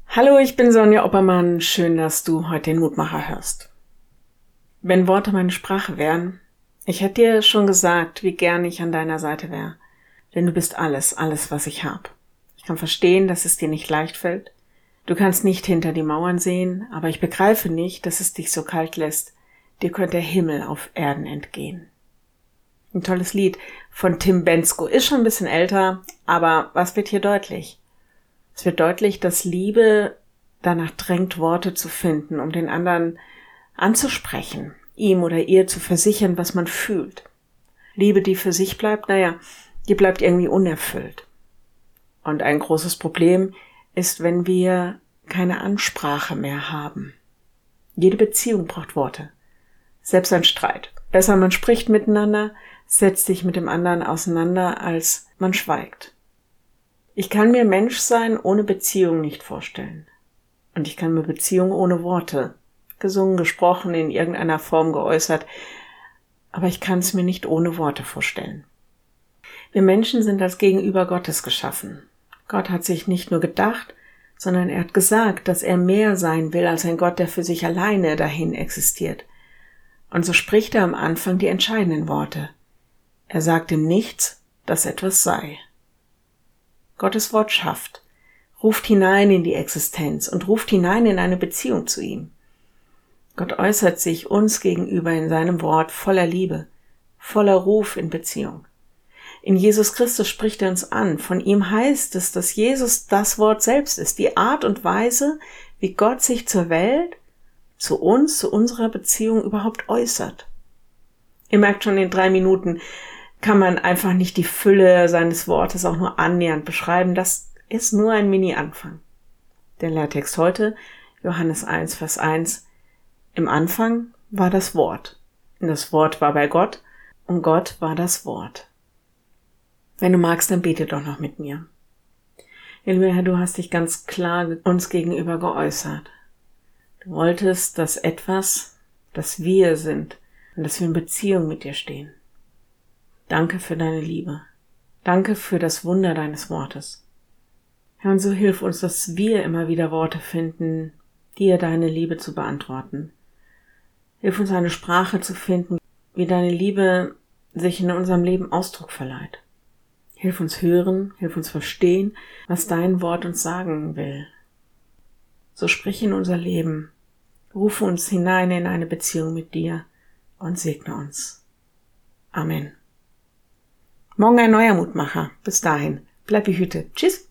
Hallo, ich bin Sonja Oppermann. Schön, dass du heute den Mutmacher hörst. Wenn Worte meine Sprache wären, ich hätte dir schon gesagt, wie gern ich an deiner Seite wäre. Denn du bist alles, was ich habe. Ich kann verstehen, dass es dir nicht leicht fällt. Du kannst nicht hinter die Mauern sehen, aber ich begreife nicht, dass es dich so kalt lässt. Dir könnte der Himmel auf Erden entgehen. Ein tolles Lied von Tim Bendzko. Ist schon ein bisschen älter, aber was wird hier deutlich? Es wird deutlich, dass Liebe danach drängt, Worte zu finden, um den anderen anzusprechen, ihm oder ihr zu versichern, was man fühlt. Liebe, die für sich bleibt, die bleibt irgendwie unerfüllt. Und ein großes Problem ist, wenn wir keine Ansprache mehr haben. Jede Beziehung braucht Worte. Selbst ein Streit. Besser, man spricht miteinander, setzt sich mit dem anderen auseinander, als man schweigt. Ich kann mir Menschsein ohne Beziehung nicht vorstellen. Und ich kann mir Beziehung ohne Worte, gesungen, gesprochen, in irgendeiner Form geäußert, aber ich kann es mir nicht ohne Worte vorstellen. Wir Menschen sind als Gegenüber Gottes geschaffen. Gott hat sich nicht nur gedacht, sondern er hat gesagt, dass er mehr sein will als ein Gott, der für sich alleine dahin existiert. Und so spricht er am Anfang die entscheidenden Worte. Er sagt im Nichts, dass etwas sei. Gottes Wort schafft, ruft hinein in die Existenz und ruft hinein in eine Beziehung zu ihm. Gott äußert sich uns gegenüber in seinem Wort voller Liebe, voller Ruf in Beziehung. In Jesus Christus spricht er uns an. Von ihm heißt es, dass Jesus das Wort selbst ist, die Art und Weise, wie Gott sich zur Welt, zu uns, zu unserer Beziehung überhaupt äußert. Ihr merkt schon, in 3 Minuten kann man einfach nicht die Fülle seines Wortes auch nur annähernd beschreiben. Das ist nur ein Mini-Anfang. Der Lehrtext heute, Johannes 1, Vers 1. Im Anfang war das Wort. Und das Wort war bei Gott und Gott war das Wort. Wenn du magst, dann bete doch noch mit mir. Lieber Herr, du hast dich ganz klar uns gegenüber geäußert. Du wolltest, dass etwas, das wir sind und dass wir in Beziehung mit dir stehen. Danke für deine Liebe. Danke für das Wunder deines Wortes. Herr, und so hilf uns, dass wir immer wieder Worte finden, dir deine Liebe zu beantworten. Hilf uns, eine Sprache zu finden, wie deine Liebe sich in unserem Leben Ausdruck verleiht. Hilf uns hören, hilf uns verstehen, was dein Wort uns sagen will. So sprich in unser Leben, rufe uns hinein in eine Beziehung mit dir und segne uns. Amen. Morgen ein neuer Mutmacher. Bis dahin, bleib behütet. Tschüss.